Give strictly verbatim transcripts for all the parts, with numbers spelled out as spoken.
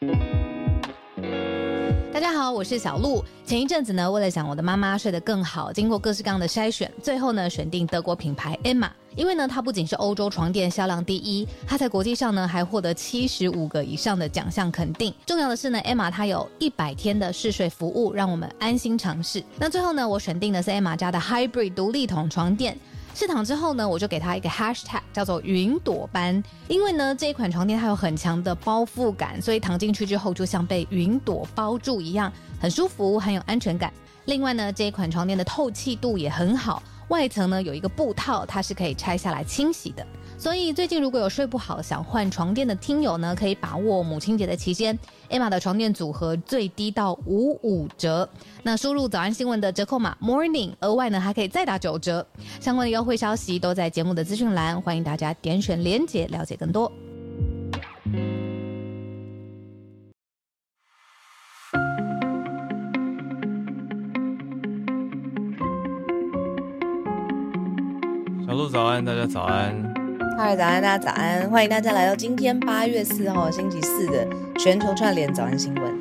大家好，我是小鹿。前一阵子呢，为了想我的妈妈睡得更好，经过各式各样的筛选，最后呢选定德国品牌 Emma。因为呢，它不仅是欧洲床垫销量第一，它在国际上呢还获得七十五个以上的奖项肯定。重要的是呢 ，Emma 它有一百天的试睡服务，让我们安心尝试。那最后呢，我选定的是 Emma 家的 Hybrid 独立筒床垫。试躺之后呢，我就给它一个 hashtag 叫做云朵般，因为呢这一款床垫它有很强的包覆感，所以躺进去之后就像被云朵包住一样，很舒服，很有安全感。另外呢，这一款床垫的透气度也很好，外层呢有一个布套，它是可以拆下来清洗的。所以最近如果有睡不好想换床垫的听友呢，可以把握母亲节的期间 Emma 的床垫组合最低到五五折，那输入早安新闻的折扣码 morning， 额外呢还可以再打九折。相关的优惠消息都在节目的资讯栏，欢迎大家点选连结了解更多。 小鹿早安，大家早安。 嗨，早安，大家早安！欢迎大家来到今天八月四号星期四的全球串联早安新闻。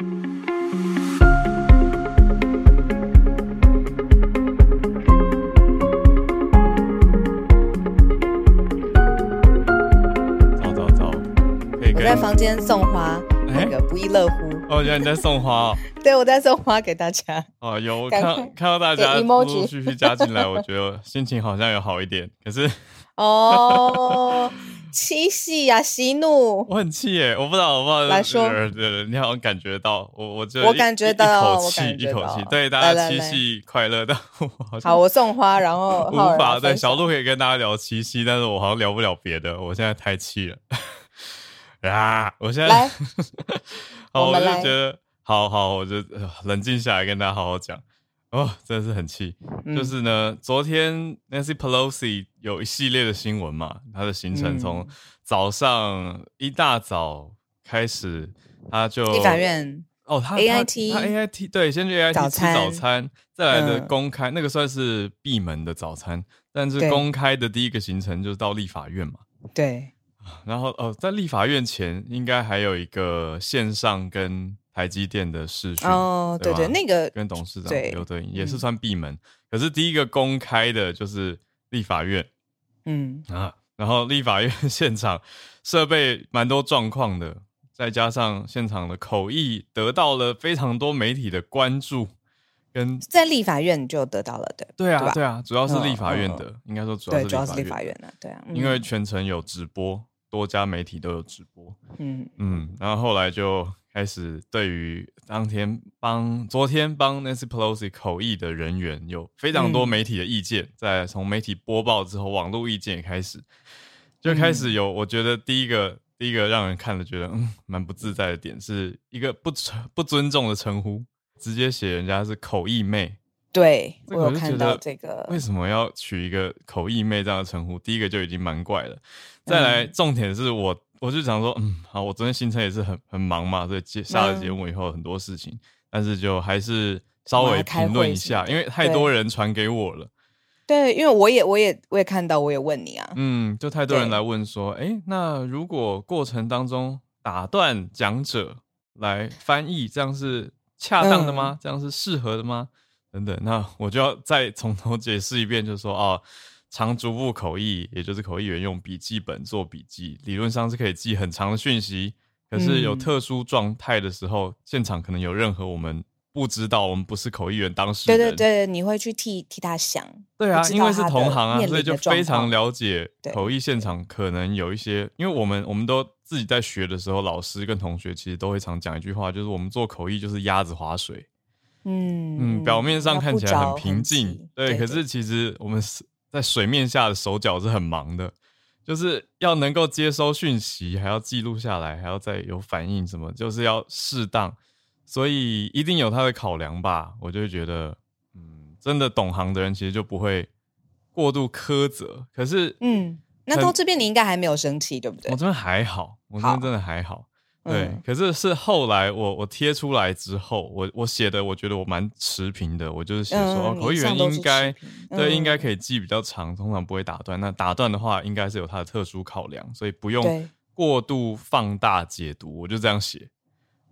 早早早，可以跟我在房间送花，那个不亦乐乎。 哦，原来你在送花哦。 对，我在送花给大家。 哦，有我看看到大家陆陆续续加进来，我觉得心情好像有好一点。可是哦，七夕呀、啊，息怒， 我很气耶！我不知道，我不知道来说， 呃，你好像感觉到我，我就我感觉到， 一口气一口气，对大家七夕快乐的。 好，我送花，然后无法对小鹿可以跟大家聊七夕，但是我好像聊不了别的，我现在太气了啊！我现在来， 好，我就觉得好好，我就冷静下来跟大家好好讲。哦，真的是很气、嗯、就是呢昨天 Nancy Pelosi 有一系列的新闻嘛，她的行程从早上一大早开始，她就立法院哦，她 A I T 她 A I T 对，先去 A I T 吃早餐，再来的公开、嗯、那个算是闭门的早餐，但是公开的第一个行程就是到立法院嘛， 对， 然后哦，在立法院前应该还有一个线上跟台积电的视讯哦，对 对, 对，那个跟董事长刘德英也是算闭门、嗯，可是第一个公开的就是立法院，嗯啊，然后立法院现场设备蛮多状况的，再加上现场的口译得到了非常多媒体的关注，跟在立法院就得到了的， 对啊， 对, 对啊，主要是立法院的，嗯、应该说主要是立法院的， 对，主要是立法院的，对啊， 嗯、因为全程有直播，多家媒体都有直播，嗯嗯，然后后来就开始对于当天帮昨天帮 Nancy Pelosi 口译的人员有非常多媒体的意见，再、嗯、从媒体播报之后，网络意见也开始就开始有，我觉得第一个第一个让人看了觉得嗯蛮不自在的点，是一个不不尊重的称呼，直接写人家是口译妹。 对， 这个、 我有看到这个， 为什么要取一个口译妹这样的称呼？第一个就已经蛮怪了。再来，重点是我，我就想说，嗯，好，我昨天行程也是很很忙嘛，所以下了节目以后很多事情，嗯、但是就还是稍微评论一下，因为太多人传给我了。 对，因为我也我也我也看到，我也问你啊， 嗯，就太多人来问说，哎，那如果过程当中打断讲者来翻译，这样是恰当的吗？嗯、这样是适合的吗？等等，那我就要再从头解释一遍，就是说哦，长逐步口译，也就是口译员用笔记本做笔记，理论上是可以记很长的讯息，可是有特殊状态的时候、嗯，现场可能有任何我们不知道，我们不是口译员当事人， 对对对，你会去替替他想， 对啊，因为是同行啊，所以就非常了解口译现场可能有一些，因为我们我们都自己在学的时候，老师跟同学其实都会常讲一句话，就是我们做口译就是鸭子划水。嗯嗯，表面上看起来很平静，对，对，可是其实我们在水面下的手脚是很忙的，就是要能够接收讯息，还要记录下来，还要再有反应什么，就是要适当，所以一定有他的考量吧。我就会觉得，嗯，真的懂行的人其实就不会过度苛责。可是， 嗯，那到这边你应该还没有生气，对不对？ 我这边还好，我这边真的还好。对、嗯，可是是后来我我贴出来之后，我我写的我觉得我蛮持平的，我就是写说、嗯、口译员应该、嗯、对应该可以记比较长，通常不会打断。那打断的话，应该是有它的特殊考量，所以不用过度放大解读。我就这样写。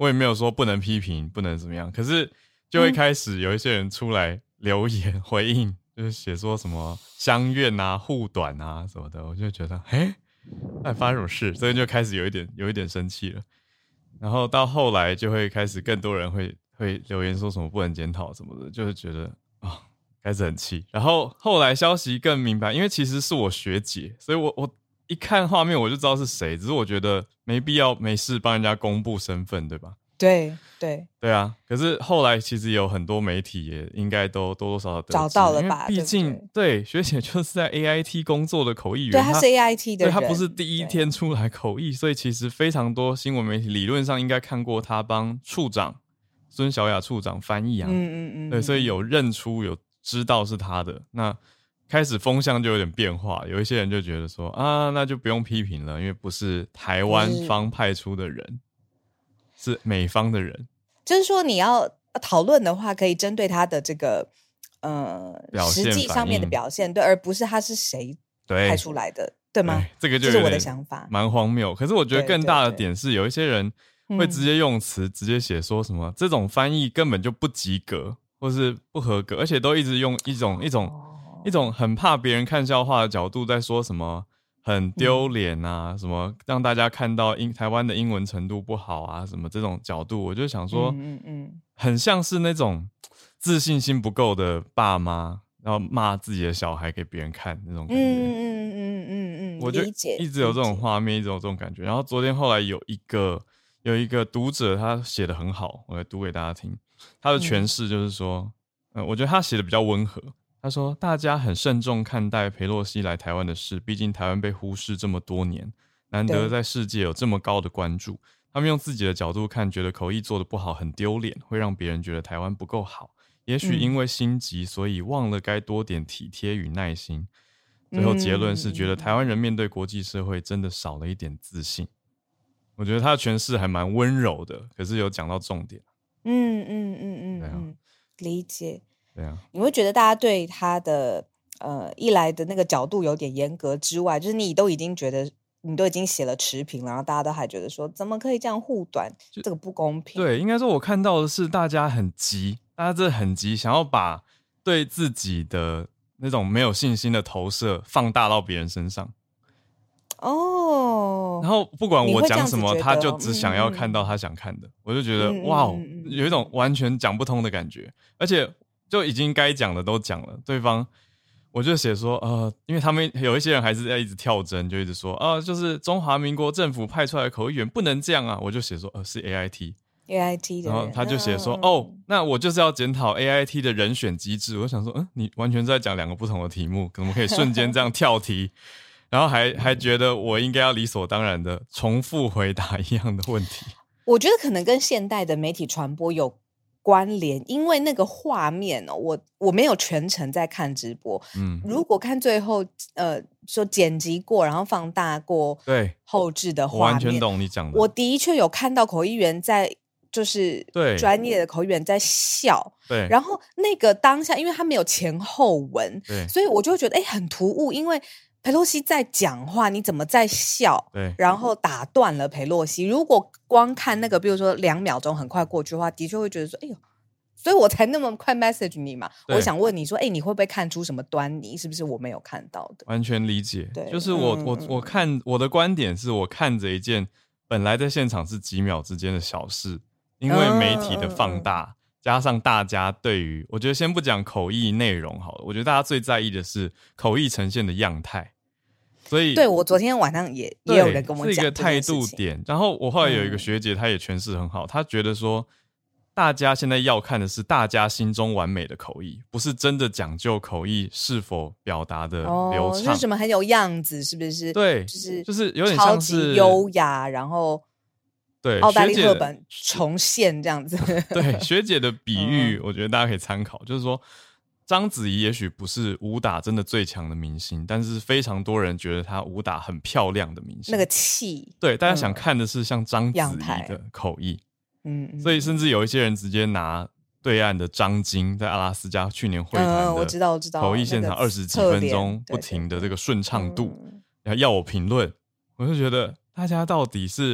我也没有说不能批评，不能怎么样，可是就会开始有一些人出来留言回应，就是写说什么相怨啊、护短啊什么的，我就觉得，哎，那发生什么事？所以就开始有一点有一点生气了。然后到后来就会开始更多人会会留言说什么不能检讨什么的，就是觉得啊、哦，开始很气。然后后来消息更明白，因为其实是我学姐，所以我我一看画面我就知道是谁，只是我觉得没必要没事帮人家公布身份，对吧？ 对对对啊，可是后来其实有很多媒体也应该都多多少少得知找到了吧？ 毕竟 对, 对学姐就是在 A I T 工作的口译员， 对，她是 A I T 的人， 对，她不是第一天出来口译，所以其实非常多新闻媒体理论上应该看过她帮处长孙小雅处长翻译啊，嗯嗯嗯，对，所以有认出有知道是她的，那开始风向就有点变化，有一些人就觉得说啊，那就不用批评了，因为不是台湾方派出的人。是美方的人， 就是说你要讨论的话，可以针对他的这个呃实际上面的表现，对，而不是他是谁派出来的， 对, 对吗？ 对，这个就这是我的想法， 蛮荒谬。可是我觉得更大的点是，有一些人会直接用词，直接写说什么、嗯、这种翻译根本就不及格，或是不合格，而且都一直用一种一种、哦、一种很怕别人看笑话的角度在说什么。很丢脸啊、嗯、什么让大家看到英台湾的英文程度不好啊，什么这种角度，我就想说嗯嗯嗯很像是那种自信心不够的爸妈然后骂自己的小孩给别人看那种感觉，嗯嗯嗯嗯嗯，我就一直有这种画面，一直有这种感觉。然后昨天后来有一个有一个读者他写得很好，我来读给大家听。他的诠释就是说、嗯呃、我觉得他写得比较温和。他说大家很慎重看待裴洛西来台湾的事，毕竟台湾被忽视这么多年，难得在世界有这么高的关注。他们用自己的角度看，觉得口译做得不好很丢脸，会让别人觉得台湾不够好，也许因为心急、嗯、所以忘了该多点体贴与耐心。最后结论是觉得台湾人面对国际社会真的少了一点自信。我觉得他的诠释还蛮温柔的，可是有讲到重点。嗯嗯嗯嗯嗯、啊， 理解。 对啊， 你会觉得大家对他的呃一来的那个角度有点严格之外，就是你都已经觉得你都已经写了持评了，然后大家都还觉得说怎么可以这样护短，这个不公平。 对，应该说我看到的是大家很急，大家真的很急，想要把对自己的那种没有信心的投射放大到别人身上。 哦， 然后不管我讲什么，他就只想要看到他想看的，嗯、我就觉得、嗯、哇，有一种完全讲不通的感觉，而且就已经该讲的都讲了，对方我就写说呃，因为他们有一些人还是在一直跳针，就一直说啊、呃，就是中华民国政府派出来的口译员不能这样啊，我就写说呃是 A I T A I T 的人， 然后他就写说、嗯、哦，那我就是要检讨 A I T 的人选机制。我想说嗯，你完全在讲两个不同的题目，怎么可以瞬间这样跳题？然后还还觉得我应该要理所当然的重复回答一样的问题。 我觉得可能跟现代的媒体传播有关联，因为那个画面哦，我我没有全程在看直播，嗯，如果看最后呃说剪辑过，然后放大过， 对后置的画面， 我完全懂你讲的。 我的确有看到口译员在，就是对专业的口译员在笑， 对， 然后那个当下，因为他没有前后文， 对， 所以我就会觉得哎很突兀，因为裴洛西在讲话，你怎么在笑？ 对， 然后打断了裴洛西。如果光看那个，比如说两秒钟很快过去的话，的确会觉得说，哎呦，所以我才那么快 message 你嘛。我想问你说，哎，你会不会看出什么端倪？是不是我没有看到的？ 完全理解，对，就是我、嗯、我我看我的观点是我看着一件本来在现场是几秒之间的小事，因为媒体的放大。嗯嗯加上大家对于，我觉得先不讲口译内容好了，我觉得大家最在意的是口译呈现的样态。所以对，我昨天晚上也也有人跟我讲是一个态度点。然后我后来有一个学姐，她也诠释很好，她觉得说，大家现在要看的是大家心中完美的口译，不是真的讲究口译是否表达的流畅， 哦，是什么很有样子，是不是？ 对， 就是就是有点像是超级优雅，然后。 对， 奥黛丽·赫本重现这样子。 对，学姐的比喻我觉得大家可以参考，就是说章子怡也许不是武打真的最强的明星，但是非常多人觉得她武打很漂亮的明星， 那个气。 对，大家想看的是像章子怡的口译。嗯，所以甚至有一些人直接拿对岸的张晶在阿拉斯加去年会谈的我知道我知道口译现场二十几分钟不停的这个顺畅度，然后要我评论，我就觉得大家到底是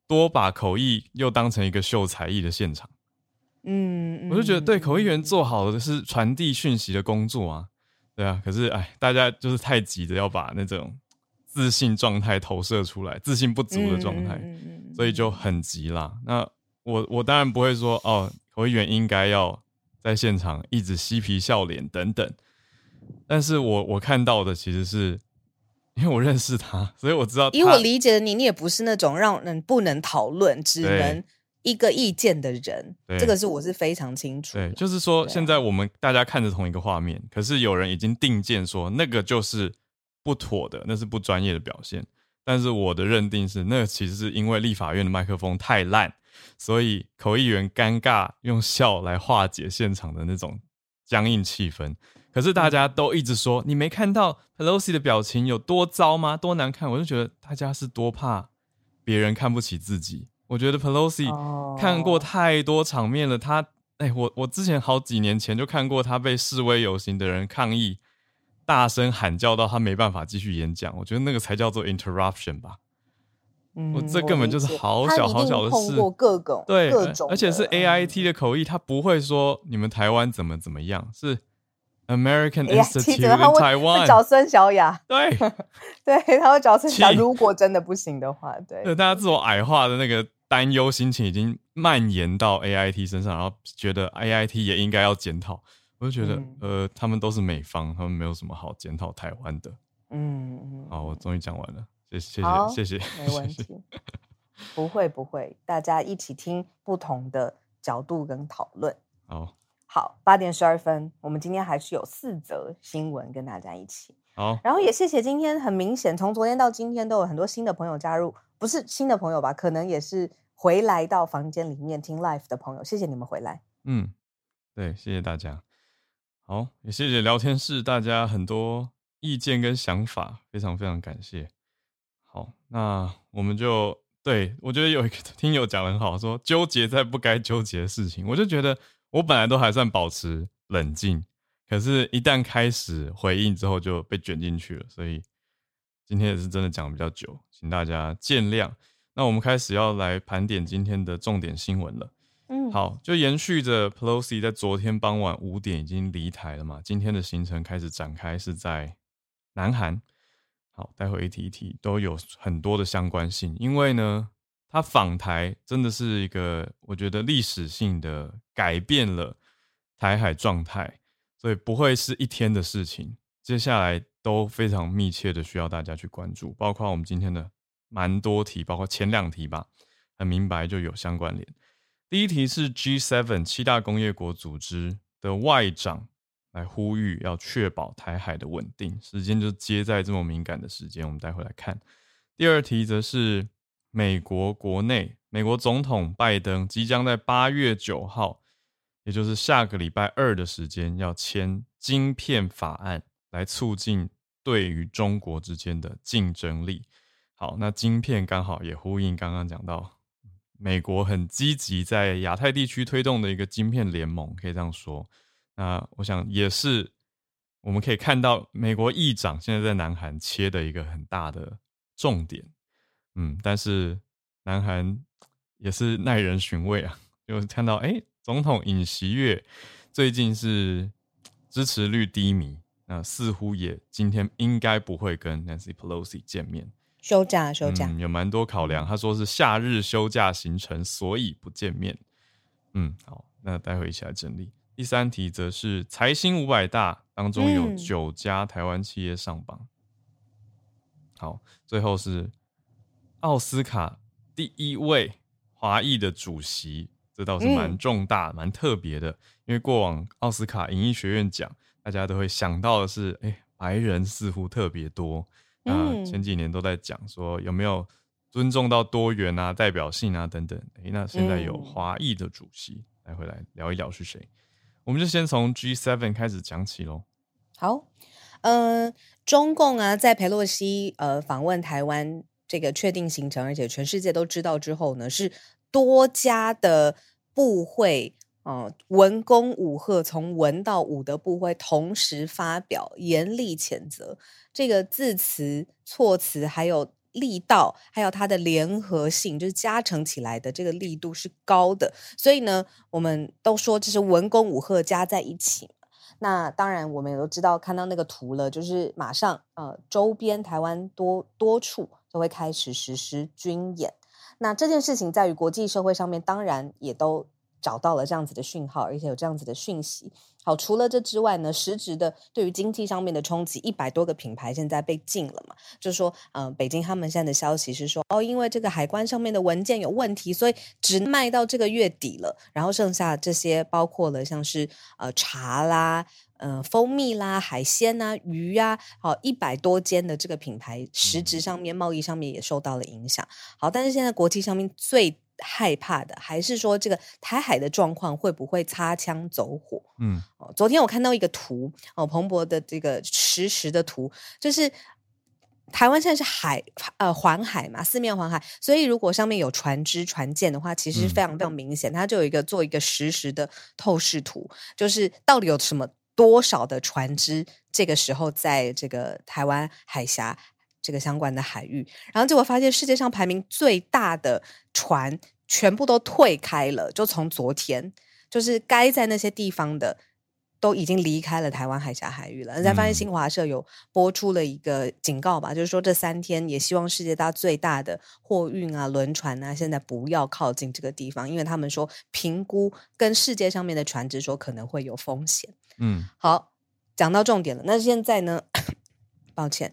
多把口译又当成一个秀才艺的现场。嗯，我就觉得对，口译员做好的是传递讯息的工作啊，对啊。可是哎，大家就是太急着要把那种自信状态投射出来，自信不足的状态，所以就很急啦。那我我当然不会说哦，口译员应该要在现场一直嬉皮笑脸等等，但是我我看到的其实是。因为我认识他，所以我知道他。 以我理解的你，你也不是那种让人不能讨论、只能一个意见的人。这个是我是非常清楚的。 对，就是说现在我们大家看着同一个画面，可是有人已经定见说那个就是不妥的，那是不专业的表现。但是我的认定是，那其实是因为立法院的麦克风太烂，所以口译员尴尬用笑来化解现场的那种僵硬气氛。可是大家都一直说，你没看到 Pelosi 的表情有多糟吗？多难看？我就觉得大家是多怕别人看不起自己。我觉得 Pelosi 看过太多场面了，他哎，我我之前好几年前就看过他被示威游行的人抗议，大声喊叫到他没办法继续演讲。我觉得那个才叫做 interruption 吧。嗯，我这根本就是好小好小的事。 他一定碰过各种对， 各种， 而且是 A I T 的口译，他不会说你们台湾怎么怎么样，是。American Institute in Taiwan， 会找孙小雅， 对对，他会找孙小雅。如果真的不行的话，对， 对，大家自我矮化的那个担忧心情已经蔓延到 A I T 身上，然后觉得 A I T 也应该要检讨。我就觉得，嗯、呃，他们都是美方，他们没有什么好检讨台湾的。嗯嗯，好，我终于讲完了，谢谢谢谢， 没问题，不会不会，大家一起听不同的角度跟讨论。 好。 好，八点十二分，我们今天还是有四则新闻跟大家一起。 好， 然后也谢谢今天很明显，从昨天到今天都有很多新的朋友加入，不是新的朋友吧？可能也是回来到房间里面听 live 的朋友，谢谢你们回来。 嗯，对，谢谢大家。好，也谢谢聊天室大家很多意见跟想法，非常非常感谢。好，那我们就对我觉得有一个听友讲得很好，说纠结在不该纠结的事情，我就觉得。我本来都还算保持冷静，可是一旦开始回应之后就被卷进去了，所以今天也是真的讲比较久，请大家见谅。那我们开始要来盘点今天的重点新闻了。嗯，好，就延续着 Pelosi 在昨天傍晚五点已经离台了嘛，今天的行程开始展开是在南韩。好，待会一题一题都有很多的相关性，因为呢他访台真的是一个我觉得历史性的改变了台海状态，所以不会是一天的事情，接下来都非常密切的需要大家去关注，包括我们今天的蛮多题，包括前两题吧，很明白就有相关联。第一题是 G 七 七大工业国组织的外长来呼吁要确保台海的稳定，时间就接在这么敏感的时间，我们待会来看。第二题则是美国国内，美国总统拜登即将在八月九号，也就是下个礼拜二的时间，要签晶片法案，来促进对于中国之间的竞争力。好，那晶片刚好也呼应刚刚讲到，美国很积极在亚太地区推动的一个晶片联盟，可以这样说。那我想也是我们可以看到，美国议长现在在南韩切的一个很大的重点。嗯，但是南韩也是耐人寻味啊，就看到哎，总统尹锡悦最近是支持率低迷，那似乎也今天应该不会跟 Nancy Pelosi 见面， 休假休假、 嗯，有蛮多考量。他说是夏日休假行程，所以不见面。嗯，好，那待会一起来整理。第三题则是财新五百大当中有九家台湾企业上榜。嗯、好，最后是奥斯卡第一位华裔的主席，这倒是蛮重大、蛮、嗯、特别的。因为过往奥斯卡影艺学院奖，大家都会想到的是，哎，白人似乎特别多。那、嗯、前几年都在讲说有没有尊重到多元啊、代表性啊等等。哎，那现在有华裔的主席，待会来聊一聊是谁。我们就先从 G 七 开始讲起咯。 好，呃，中共啊，在裴洛西呃访问台湾这个确定行程，而且全世界都知道之后呢，是多家的部会，呃，文攻武吓，从文到武的部会同时发表严厉谴责，这个字词、措辞还有力道还有它的联合性，就是加成起来的这个力度是高的，所以呢我们都说这是文攻武吓加在一起。那当然我们也都知道看到那个图了，就是马上呃周边台湾多多处就会开始实施军演。那这件事情在于国际社会上面当然也都找到了这样子的讯号，而且有这样子的讯息。好，除了这之外呢，实质的对于经济上面的冲击，一百多个品牌现在被禁了嘛，就是说呃，北京他们现在的消息是说哦，因为这个海关上面的文件有问题，所以只卖到这个月底了，然后剩下这些包括了像是呃茶啦呃，蜂蜜啦、海鲜啊、鱼啊，好一百多间的这个品牌，实质上面、贸易上面也受到了影响。好，但是现在国际上面最害怕的还是说这个台海的状况会不会擦枪走火。嗯、哦，昨天我看到一个图哦，彭博的这个实时的图，就是台湾现在是海呃环海嘛，四面环海，所以如果上面有船只船舰的话，其实是非常非常明显。它就有一个做一个实时的透视图，就是到底有什么多少的船只这个时候在这个台湾海峡这个相关的海域，然后结果发现世界上排名最大的船全部都退开了，就从昨天就是该在那些地方的都已经离开了台湾海峡海域了。人家发现新华社有播出了一个警告吧，就是说这三天也希望世界大最大的货运啊轮船啊现在不要靠近这个地方，因为他们说评估跟世界上面的船只说可能会有风险。嗯，好，讲到重点了。那现在呢抱歉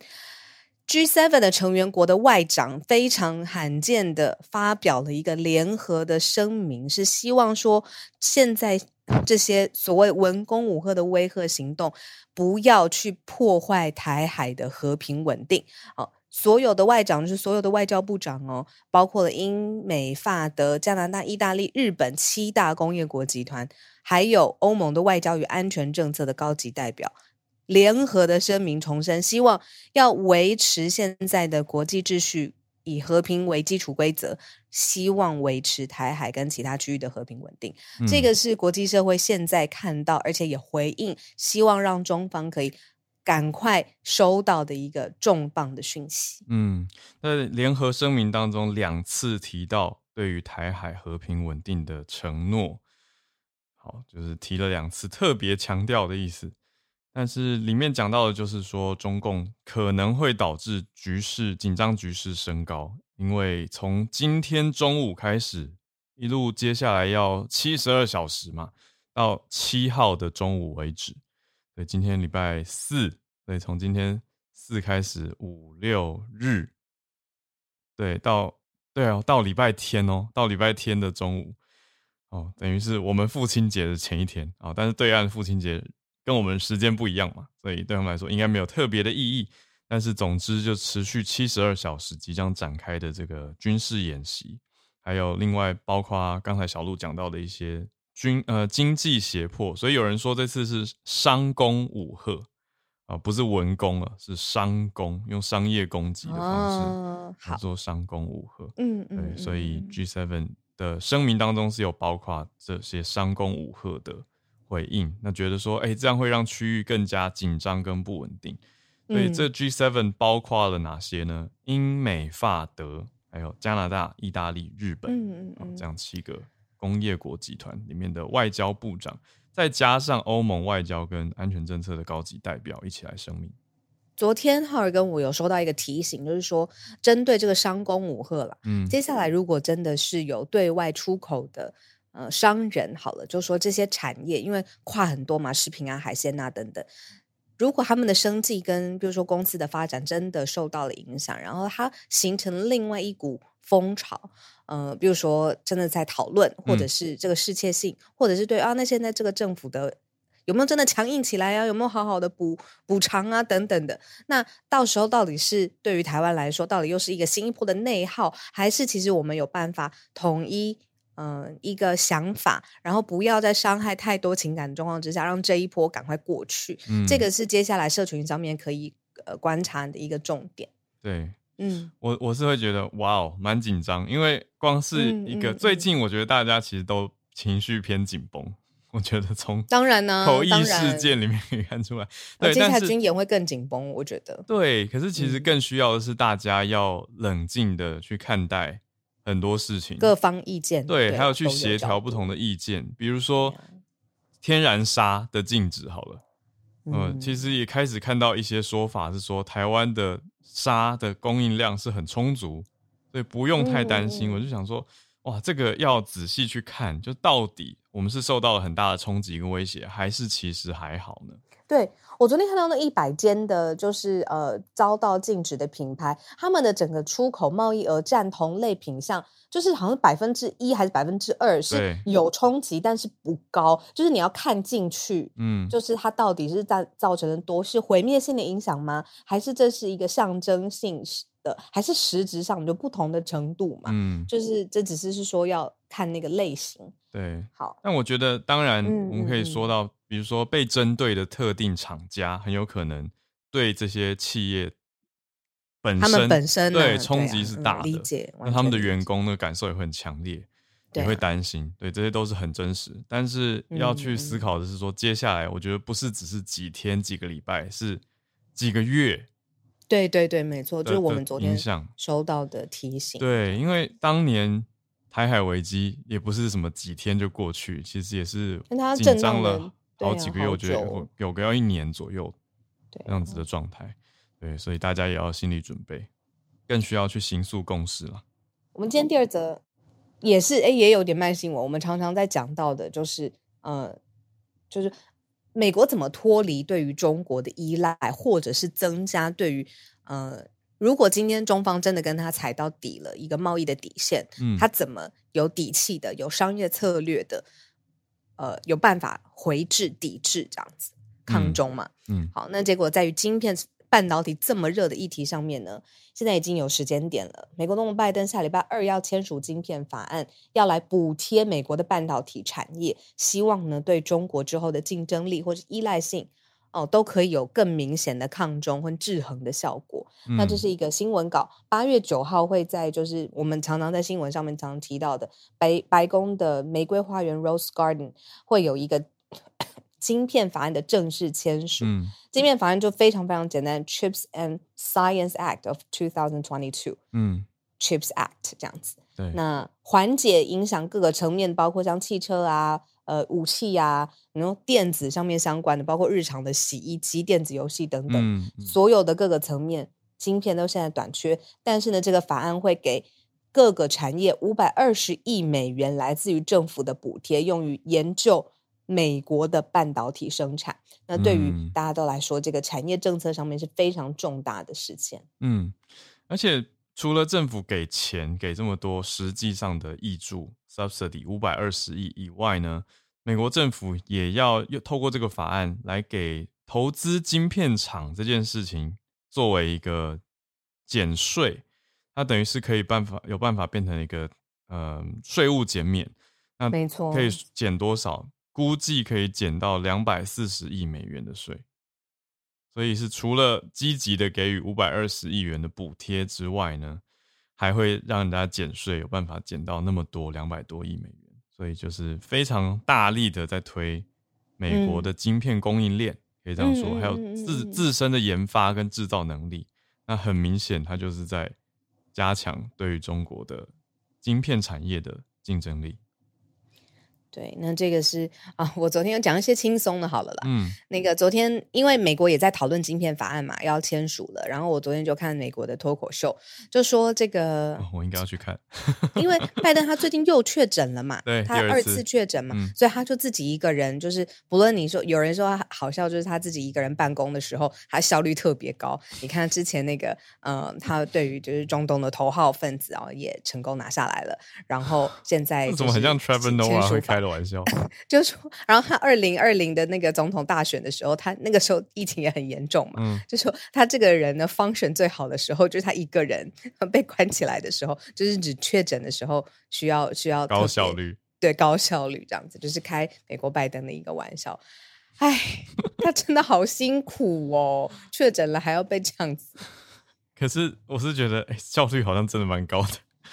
G 七 的成员国的外长非常罕见的发表了一个联合的声明，是希望说现在这些所谓文攻武吓的威吓行动不要去破坏台海的和平稳定。哦，所有的外长就是所有的外交部长哦，包括了英美法德加拿大意大利日本七大工业国集团，还有欧盟的外交与安全政策的高级代表联合的声明重申，希望要维持现在的国际秩序，以和平为基础规则，希望维持台海跟其他区域的和平稳定。嗯，这个是国际社会现在看到而且也回应，希望让中方可以赶快收到的一个重磅的讯息。 嗯，在联合声明当中两次提到对于台海和平稳定的承诺，好，就是提了两次，特别强调的意思。但是里面讲到的就是说中共可能会导致局势紧张局势升高，因为从今天中午开始一路接下来要七十二小时嘛，到七号的中午为止。对，今天礼拜四，对，从今天四开始五六日，对，到对啊，到礼拜天哦，到礼拜天的中午哦，等于是我们父亲节的前一天啊，哦，但是对岸父亲节跟我们时间不一样嘛，所以对他们来说应该没有特别的意义。但是总之就持续七十二小时即将展开的这个军事演习，还有另外包括刚才小鹿讲到的一些军呃经济胁迫，所以有人说这次是商攻武吓啊，不是文攻了，是商攻，用商业攻击的方式来做商攻武吓。嗯嗯，对，所以 G 七 的声明当中是有包括这些商攻武吓的回应，那觉得说，哎，这样会让区域更加紧张跟不稳定。所以这 G 七 包括了哪些呢？英美法德，还有加拿大、意大利、日本，嗯嗯嗯，这样七个工业国集团里面的外交部长，再加上欧盟外交跟安全政策的高级代表一起来声明。 昨天浩尔跟我有收到一个提醒，就是说针对这个商攻武吓啦，嗯，接下来如果真的是有对外出口的呃商人，好了，就说这些产业因为跨很多嘛，食品啊、海鲜啊等等，如果他们的生计跟比如说公司的发展真的受到了影响，然后它形成另外一股风潮，呃，比如说真的在讨论，或者是这个世切性，嗯，或者是对啊，那现在这个政府的有没有真的强硬起来啊？有没有好好的补补偿啊？等等的。那到时候到底是对于台湾来说，到底又是一个新一波的内耗，还是其实我们有办法统一呃一个想法，然后不要在伤害太多情感的状况之下，让这一波赶快过去。嗯，这个是接下来社群上面可以呃观察的一个重点。 对，嗯，我我是会觉得哇哦，蛮紧张，因为光是一个、嗯嗯、最近我觉得大家其实都情绪偏紧绷。 我觉得从当然呢、啊， 口译事件里面可以看出来，对， 接下来军演会更紧绷，我觉得。 对，可是其实更需要的是大家要冷静的去看待很多事情， 各方意见， 对， 对还有去协调不同的意见，比如说天然砂的禁止好了，嗯、呃，其实也开始看到一些说法是说台湾的砂的供应量是很充足，所以不用太担心。嗯、我就想说，哇，这个要仔细去看，就到底我们是受到了很大的冲击跟威胁，还是其实还好呢？ 对，我昨天看到那一百间的，就是呃遭到禁止的品牌，他们的整个出口贸易额占同类品项，就是好像百分之一还是百分之二是有冲击，但是不高。就是你要看进去，嗯，就是它到底是在造成了多是毁灭性的影响吗？还是这是一个象征性的，还是实质上就不同的程度嘛？嗯，就是这只是是说要看那个类型。 对， 好， 但我觉得当然我们可以说到。嗯嗯嗯比如说被针对的特定厂家很有可能对这些企业本身他们本身对冲击是大的， 嗯、理解， 那他们的员工的感受也会很强烈，也会担心，对，这些都是很真实。但是要去思考的是说，接下来我觉得不是只是几天几个礼拜，是几个月。 对对对，没错，就是我们昨天收到的提醒。 对，因为当年台海危机也不是什么几天就过去，其实也是紧张了好几个月，我觉得有有个要一年左右这样子的状态，对，所以大家也要心理准备，更需要去形塑共识了。 我们今天第二则也是，哎，也有点慢新闻。我们常常在讲到的，就是呃，就是美国怎么脱离对于中国的依赖，或者是增加对于呃，如果今天中方真的跟他踩到底了一个贸易的底线，嗯，他怎么有底气的、有商业策略的？呃，有办法回制、抵制这样子抗中嘛？嗯，嗯好，那结果在于晶片半导体这么热的议题上面呢，现在已经有时间点了。美国总统拜登下礼拜二要签署晶片法案，要来补贴美国的半导体产业，希望呢对中国之后的竞争力或是依赖性哦，都可以有更明显的抗中或制衡的效果。嗯、那这是一个新闻稿，八月九号会在就是我们常常在新闻上面常常提到的白白宫的玫瑰花园 Rose Garden 会有一个晶片法案的正式签署。嗯、晶片法案就非常非常简单 ，Chips and Science Act of twenty twenty-two， 嗯 ，Chips Act 这样子。 对， 那缓解影响各个层面，包括像汽车啊。呃，武器啊，然后电子上面相关的，包括日常的洗衣机、电子游戏等等，嗯嗯、所有的各个层面，晶片都现在短缺。但是呢，这个法案会给各个产业五百二十亿美元来自于政府的补贴，用于研究美国的半导体生产。那对于大家都来说，嗯、这个产业政策上面是非常重大的事件。 嗯，而且除了政府给钱给这么多实际上的挹注 subsidy 五百二十亿以外呢，美国政府也要透过这个法案来给投资晶片厂这件事情作为一个减税，它等于是可以办法有办法变成一个呃税务减免。那没错， 可以减多少？估计可以减到两百四十亿美元的税。所以是除了积极的给予五百二十亿元的补贴之外呢，还会让人家减税，有办法减到那么多两百多亿美元。所以就是非常大力的在推美国的晶片供应链，嗯、可以这样说，嗯、还有自自身的研发跟制造能力。那很明显，它就是在加强对于中国的晶片产业的竞争力。 对，那这个是啊，我昨天有讲一些轻松的，好了啦。嗯，那个昨天因为美国也在讨论晶片法案嘛，要签署了，然后我昨天就看美国的脱口秀，就说这个、 哦、我应该要去看， 因为拜登他最近又确诊了嘛， 对， 他二次确诊嘛、嗯，所以他就自己一个人，就是不论你说有人说他好笑，就是他自己一个人办公的时候，他效率特别高。你看之前那个，嗯、呃，他对于就是中东的头号分子啊、哦，也成功拿下来了，然后现在怎么很像 Trevor Noah 会开的玩笑？ 就说，然后他二零二零的那个总统大选的时候，他那个时候疫情也很严重嘛，嗯、就说他这个人呢 function 最好的时候，就是他一个人被关起来的时候，就是只确诊的时候需要需要高效率， 对高效率这样子，就是开美国拜登的一个玩笑。哎，他真的好辛苦哦，确诊了还要被这样子。 可是我是觉得，哎，效率好像真的蛮高的。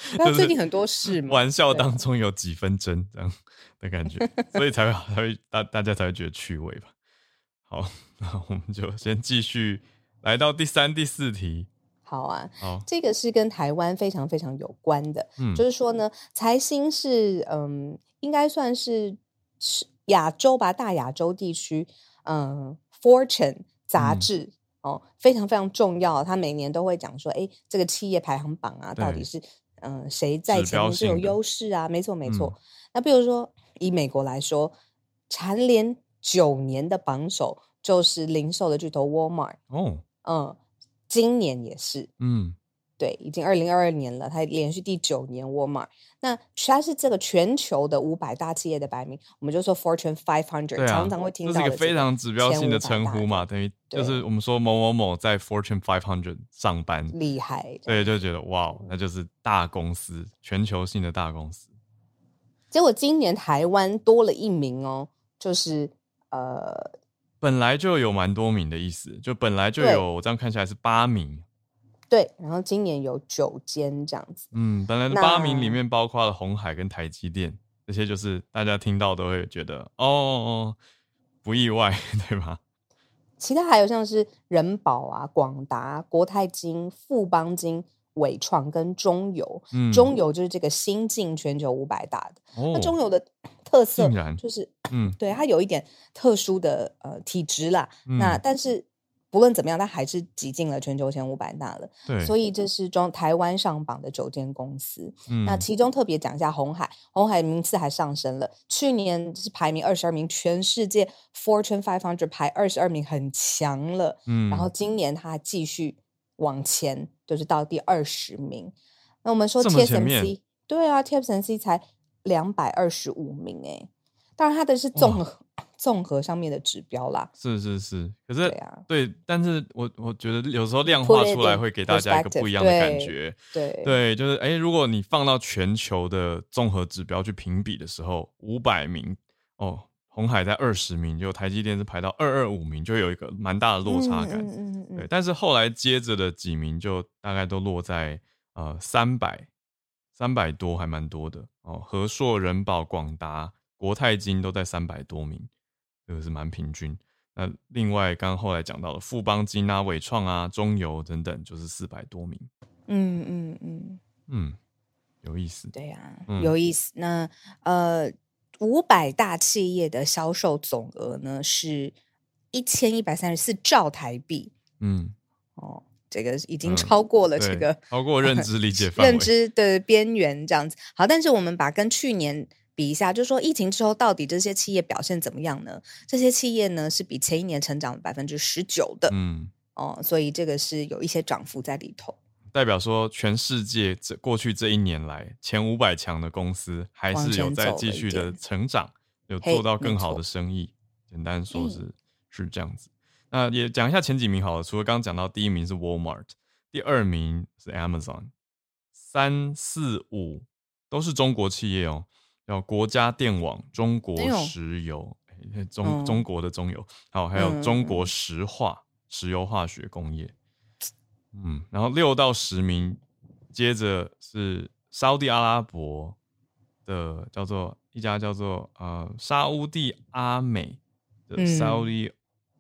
他最近很多事嘛， 玩笑当中有几分真这样的感觉，所以才会才会大大家才会觉得趣味吧。好，那我们就先继续来到第三、第四题。 好啊， 好， 这个是跟台湾非常非常有关的，嗯、就是说呢，财新是嗯，应该算是亚洲吧，大亚洲地区，嗯 ，Fortune 杂志、嗯、哦，非常非常重要，它每年都会讲说，哎，这个企业排行榜啊，到底是嗯谁在前面最有优势啊？没错没错。嗯、那比如说以美国来说，蝉联九年的榜首就是零售的巨头 Walmart 哦，嗯。今年也是，嗯，对，已经二零二二年了，它连续第九年 Walmart。那它是这个全球的五百大企业的排名，我们就说 Fortune five hundred，、啊、常常会听到的， 这是一个非常指标性的称呼嘛，等于就是我们说某某某在 Fortune five hundred 上班， 厉害， 对，就觉得哇，那就是大公司，全球性的大公司。 结果今年台湾多了一名哦，就是呃。 本来就有蛮多名的意思，就本来就有，我这样看起来是八名。 对，然后今年有九间这样子。 嗯，本来的八名里面包括了鸿海跟台积电，这些就是大家听到都会觉得哦哦，不意外，对吧？ 其他还有像是人保啊、广达、国泰金、富邦金、伟创跟中油。嗯，中油就是这个新进全球五百大的。哦、那中油的特色就是，嗯，对，它有一点特殊的呃体质啦。嗯、那但是不论怎么样，它还是挤进了全球前五百大了。 对， 所以这是中台湾上榜的九间公司。嗯，那其中特别讲一下鸿海，鸿海名次还上升了，去年是排名二十二名，全世界 Fortune five hundred 排二十二名，很强了。嗯，然后今年它继续往前，就是到第二十名。那我们说 T S M C， 对啊 ，T S M C 才两百二十五名哎、欸，当然它的是综合综合上面的指标啦。 是是是，可是对啊，对，但是我我觉得有时候量化出来会给大家一个不一样的感觉。 对 对, 对，就是哎，如果你放到全球的综合指标去评比的时候，五百名哦，鸿海在二十名，就台积电是排到二二五名，就有一个蛮大的落差感。嗯嗯嗯嗯对，但是后来接着的几名就大概都落在呃三百。三百多还蛮多的哦，和硕、人保、广达、国泰金都在三百多名，这个是蛮平均。那另外刚刚后来讲到的富邦金啊、伟创啊、中油等等，就是四百多名。嗯嗯嗯嗯，有意思。 对啊，嗯、有意思。那呃，五百大企业的销售总额呢是一千一百三十四兆台币。嗯，哦。这个已经超过了这个、 嗯、超过认知理解范围认知的边缘这样子。好，但是我们把跟去年比一下，就是说疫情之后到底这些企业表现怎么样呢？这些企业呢是比前一年成长百分之十九的，嗯哦，所以这个是有一些涨幅在里头， 代表说全世界这过去这一年来前五百强的公司还是有在继续的成长，有做到更好的生意。简单说是、嗯、是这样子。那也讲一下前几名好了，除了刚刚讲到第一名是 Walmart， 第二名是 Amazon， 三四五都是中国企业哦，有国家电网、中国石油、哎、中、嗯、中国的中油，好，还有中国石化、嗯、石油化学工业，嗯，然后六到十名，接着是沙烏地阿拉伯的叫做一家叫做呃沙烏地阿美的 Saudi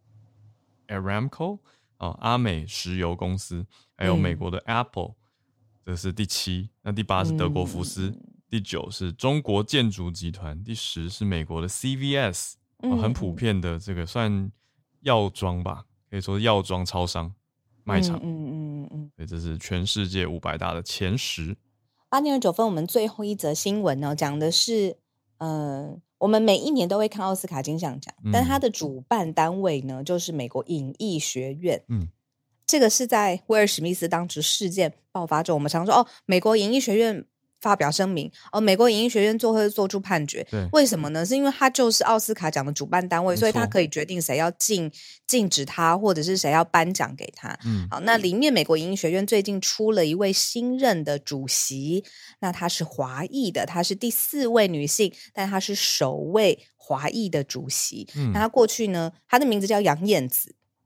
Aramco、哦、阿美石油公司，还有美国的 Apple、嗯、这是第七。那第八是德国福斯、嗯、第九是中国建筑集团，第十是美国的 C V S、哦、很普遍的这个算药妆吧，可以说是药妆超商卖场。嗯嗯嗯嗯，所以这是全世界五百大的前十。 八点二九分，我们最后一则新闻呢，讲的是呃我们每一年都会看奥斯卡金像奖、嗯、但它的主办单位呢就是美国影艺学院。嗯，这个是在威尔史密斯当时事件爆发之后，我们常说哦，美国影艺学院发表声明，哦，美国影艺学院做会做出判决。为什么呢？是因为他就是奥斯卡奖的主办单位，所以他可以决定谁要禁禁止他，或者是谁要颁奖给他。嗯，好，那里面美国影艺学院最近出了一位新任的主席，那她是华裔的，她是第四位女性，但她是首位华裔的主席。嗯，那她过去呢，她的名字叫杨燕子。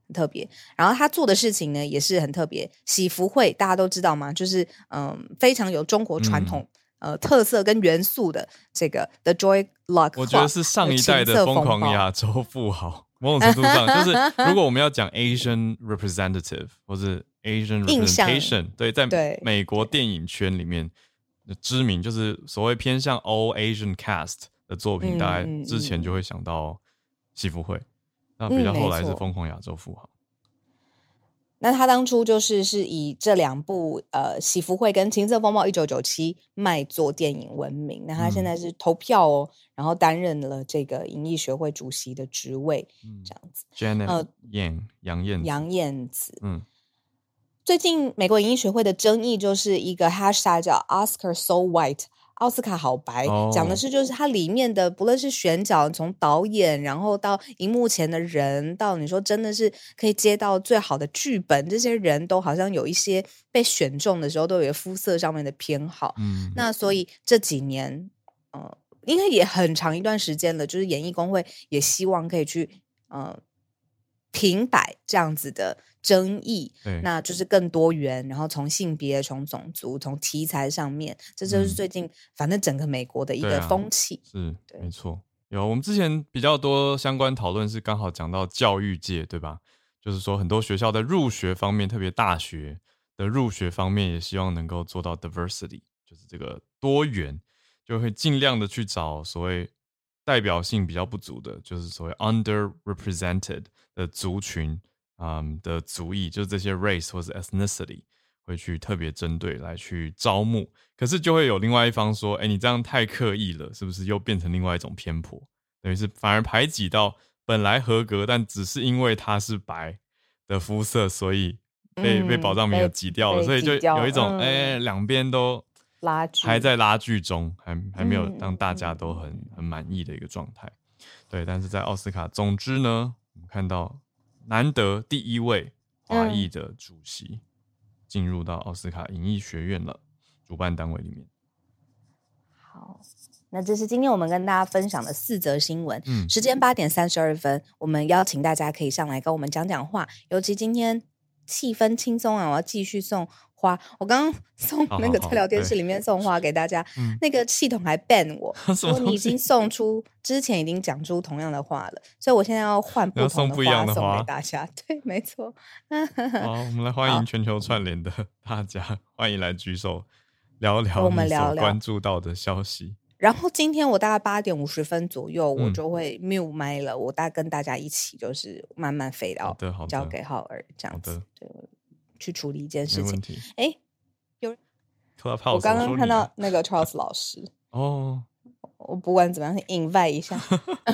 很特别。然后他做的事情呢也是很特别，喜福会大家都知道吗？就是嗯非常有中国传统、嗯、呃特色跟元素的这个 The Joy Luck Club， 我觉得是上一代的疯狂亚洲富豪，某种程度上就是如果我们要讲 Asian representative 或是 Asian representation， 对，在美国电影圈里面知名，就是所谓偏向 All Asian cast 的作品、嗯、大概之前就会想到喜福会、嗯、那比较后来是疯狂亚洲富豪、嗯、 那他当初就是是以这两部呃喜福会跟情色风暴一九九七卖做电影闻名，那他现在是投票哦、嗯、然后担任了这个影艺学会主席的职位、嗯、这样子。 Janet、呃、Yang 杨燕子杨燕子嗯， 最近美国影艺学会的争议就是一个 hashtag 叫 Oscar so white， 奥斯卡好白、哦、讲的是就是它里面的不论是选角，从导演然后到荧幕前的人，到你说真的是可以接到最好的剧本，这些人都好像有一些被选中的时候都有一个肤色上面的偏好、嗯、那所以这几年呃，应该也很长一段时间了，就是演艺工会也希望可以去呃平摆这样子的争议，那就是更多元，然后从性别、从种族、从题材上面，这就是最近、嗯、反正整个美国的一个风气、 啊、是没错。有我们之前比较多相关讨论是刚好讲到教育界，对吧？就是说很多学校的入学方面，特别大学的入学方面也希望能够做到 diversity， 就是这个多元，就会尽量的去找所谓代表性比较不足的，就是所谓 underrepresented 的族群、嗯、的族裔，就是这些 race 或是 ethnicity 会去特别针对来去招募。可是就会有另外一方说，哎，你这样太刻意了，是不是又变成另外一种偏颇？等于是反而排挤到本来合格但只是因为他是白的肤色，所以被、嗯、被保障名额挤掉了，所以就有一种哎，两、嗯、边都还在拉锯中，还还没有让大家都很很满意的一个状态。对，但是在奥斯卡，总之呢，我们看到难得第一位华裔的主席进入到奥斯卡影艺学院了，主办单位里面。 好，那这是今天我们跟大家分享的四则新闻。嗯，时间八点三十二分，我们邀请大家可以上来跟我们讲讲话，尤其今天气氛轻松啊，我要继续送花。我刚刚送那个在聊天室里面送花给大家，好好那个系统还 ban 我，说你已经送出之前已经讲出同样的话了，所以我现在要换不同的花送给大家。对，没错。 好，我们来欢迎全球串联的大家，欢迎来举手聊聊我们聊聊关注到的消息。 然后今天我大概八点五十分左右，我就会 mute 麦了、嗯、我大概跟大家一起就是慢慢飞到交给浩尔这样子，对，去处理一件事情。哎，有人 Clubhouse， 我刚刚看到那个 Charles 老师哦， 我不管怎么样 invite 一下。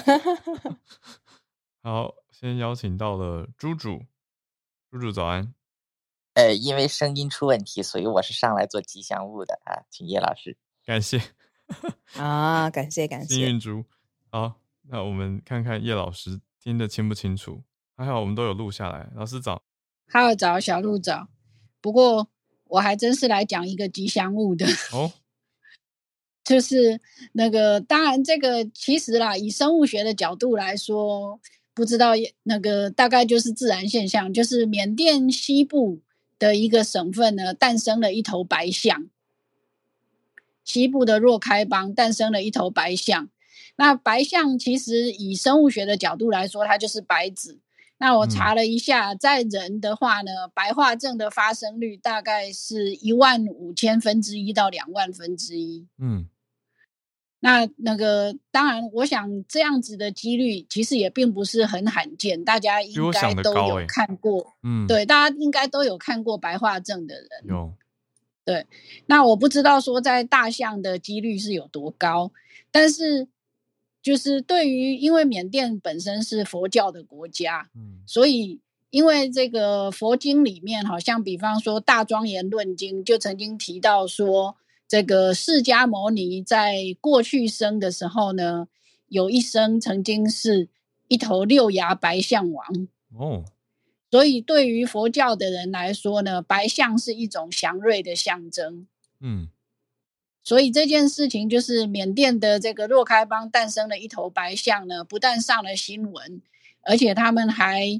好，先邀请到了猪猪，猪猪早安。 呃，因为声音出问题，所以我是上来做吉祥物的啊，请叶老师。 感谢啊，感谢感谢。 幸运猪，好，那我们看看叶老师听得清不清楚？还好我们都有录下来。老师早。 哈尔早，小鹿早。不过我还真是来讲一个吉祥物的哦，就是那个，当然这个其实啦，以生物学的角度来说，不知道那个大概就是自然现象，就是缅甸西部的一个省份呢，诞生了一头白象。西部的若开邦诞生了一头白象。那白象其实以生物学的角度来说，它就是白子。那我查了一下、嗯、在人的话呢，白化症的发生率大概是一万五千分之一到两万分之一。嗯，那那个当然我想这样子的几率其实也并不是很罕见，大家应该都有看过。嗯，对，大家应该都有看过白化症的人。 有。 对，那我不知道说在大象的几率是有多高，但是就是对于因为缅甸本身是佛教的国家、嗯、所以因为这个佛经里面好像比方说大庄严论经就曾经提到说，这个释迦牟尼在过去生的时候呢，有一生曾经是一头六牙白象王哦。所以对于佛教的人来说呢，白象是一种祥瑞的象征。嗯，所以这件事情就是缅甸的这个若开邦诞生了一头白象呢，不但上了新闻，而且他们还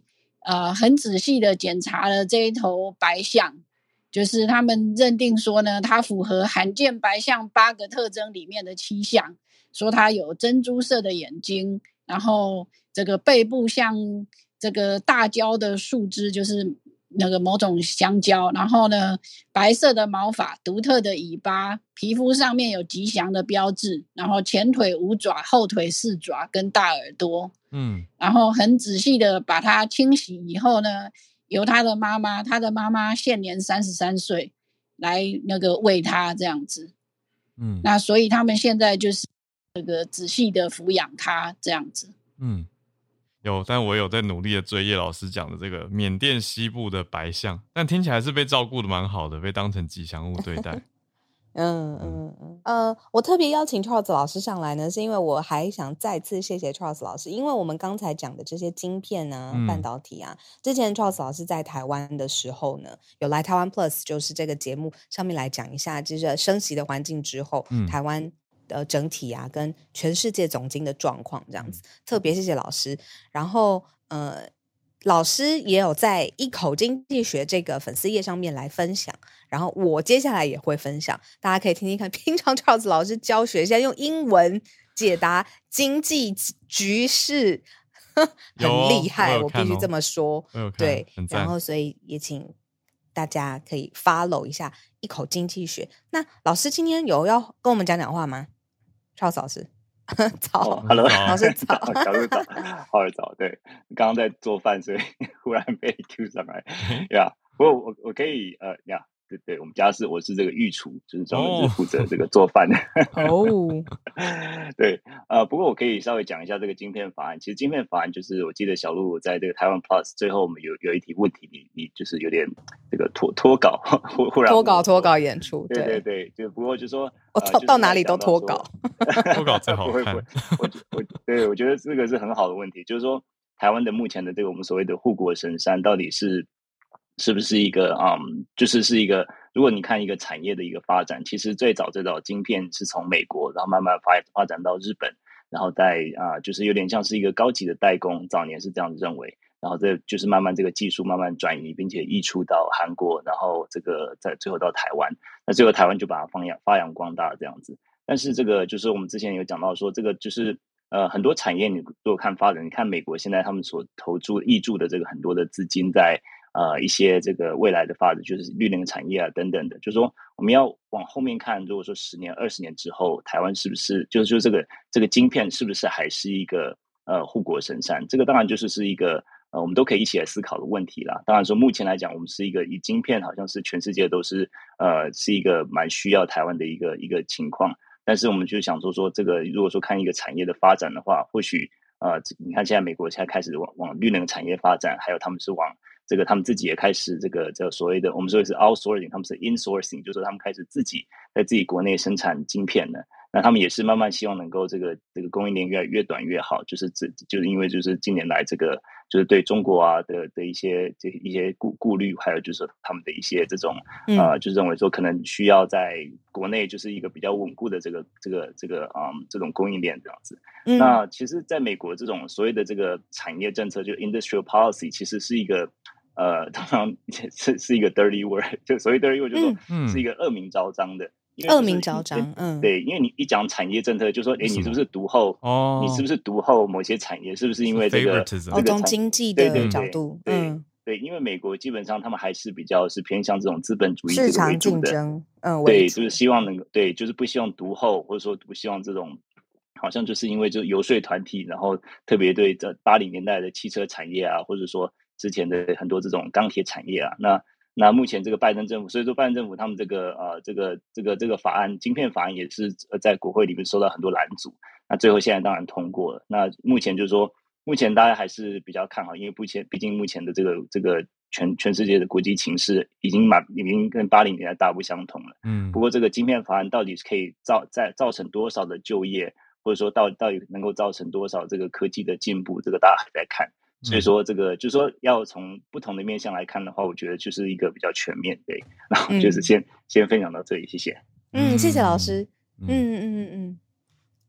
呃很仔细的检查了这一头白象，就是他们认定说呢，它符合罕见白象八个特征里面的七项，说它有珍珠色的眼睛，然后这个背部像这个大蕉的树枝，就是那个某种香蕉，然后呢白色的毛发，独特的尾巴，皮肤上面有吉祥的标志，然后前腿五爪，后腿四爪跟大耳朵，嗯，然后很仔细的把它清洗以后呢，由他的妈妈，他的妈妈现年三十三岁来那个喂他这样子，嗯，那所以他们现在就是这个仔细的抚养他这样子，嗯。 有，但我有在努力的追叶老师讲的这个缅甸西部的白象，但听起来是被照顾的蛮好的，被当成吉祥物对待。 嗯嗯嗯呃，我特别邀请 Charles 老师上来呢，是因为我还想再次谢谢 Charles 老师，因为我们刚才讲的这些晶片啊、嗯、半导体啊，之前 Charles 老师在台湾的时候呢，有来台湾 Plus 就是这个节目上面来讲一下，就是升息的环境之后，嗯、台湾。呃，整体啊，跟全世界总经的状况这样子，特别谢谢老师。然后，呃，老师也有在一口经济学这个粉丝页上面来分享。然后我接下来也会分享，大家可以听听看。平常 Charles 老师教学，现在用英文解答经济局势，很厉害， 我,、哦、我必须这么说。对，然后所以也请大家可以 follow 一下一口经济学。那老师今天有要跟我们讲讲话吗？Charles 老师早、 哦、Hello 老师早小鹿早好儿早对，刚刚在做饭，所以忽然被 Q 上来呀。yeah, 不过我我可以呃呀、yeah, 对对，我们家是我是这个御厨，就是专门是负责这个做饭的哦。对呃，不过我可以稍微讲一下这个晶片法案。其实晶片法案就是我记得小鹿在这个台湾 Plus 最后我们有有一题问题，你你就是有点这个脱脱稿，忽忽然脱稿脱稿演出， 对对对，就不过就说我、呃、到, 到哪里都脱稿， 脱稿最好看。 不会不会，我我对我觉得这个是很好的问题，就是说台湾的目前的这个我们所谓的护国神山到底是。是不是一个嗯，就是是一个，如果你看一个产业的一个发展，其实最早最早晶片是从美国，然后慢慢发发展到日本，然后再啊、呃，就是有点像是一个高级的代工，早年是这样子认为，然后这就是慢慢这个技术慢慢转移，并且溢出到韩国，然后这个在最后到台湾，那最后台湾就把它发扬发扬光大这样子。但是这个就是我们之前有讲到说，这个就是呃很多产业你如果看发展，你看美国现在他们所投注挹注的这个很多的资金在。呃，一些这个未来的发展，就是绿能产业啊等等的，就是说我们要往后面看，如果说十年、二十年之后，台湾是不是就是就这个这个晶片是不是还是一个呃护国神山？这个当然就是是一个呃我们都可以一起来思考的问题啦。当然说目前来讲，我们是一个以晶片好像是全世界都是呃是一个蛮需要台湾的一个一个情况，但是我们就想说说这个如果说看一个产业的发展的话，或许呃你看现在美国现在开始往往绿能产业发展，还有他们是往这个他们自己也开始这个这所谓的我们说的是 outsourcing， 他们是 insourcing， 就是说他们开始自己在自己国内生产晶片的。那他们也是慢慢希望能够这个这个供应链越来越短越好，就是这就是因为就是近年来这个就是对中国啊的的一些这一些顾顾虑，还有就是他们的一些这种呃，就是认为说可能需要在国内就是一个比较稳固的这个这个这个嗯这种供应链这样子。嗯、那其实在美国这种所谓的这个产业政策，就 industrial policy， 其实是一个。呃，通常是是一个 dirty word， 就所谓 dirty word 就是说、嗯、是一个恶名昭彰的， 恶名昭彰，嗯， 对，因为你一讲产业政策，就说，哎，你是不是独后？哦，你是不是独后某些产业？是不是因为这个？ 哦，从经济的角度， 对对对嗯，对，因为美国基本上他们还是比较是偏向这种资本主义市场竞争，嗯， 对，就是希望能够，对，就是不希望独后，或者说不希望这种。好像就是因为就游说团体，然后特别对这八零年代的汽车产业啊，或者说之前的很多这种钢铁产业啊，那那目前这个拜登政府，所以说拜登政府他们这个呃这个这个这个法案，晶片法案也是在国会里面受到很多拦阻，那最后现在当然通过了。那目前就是说，目前大家还是比较看好，因为目前毕竟目前的这个这个全全世界的国际情势已经蛮已经跟八零年代大不相同了。嗯，不过这个晶片法案到底是可以造在造成多少的就业？或者说到到底能够造成多少这个科技的进步，这个大家还在看。所以说这个、嗯、就是说要从不同的面向来看的话，我觉得就是一个比较全面对。然后就是先、嗯、先分享到这里，谢谢。 嗯，谢谢老师。嗯嗯嗯嗯。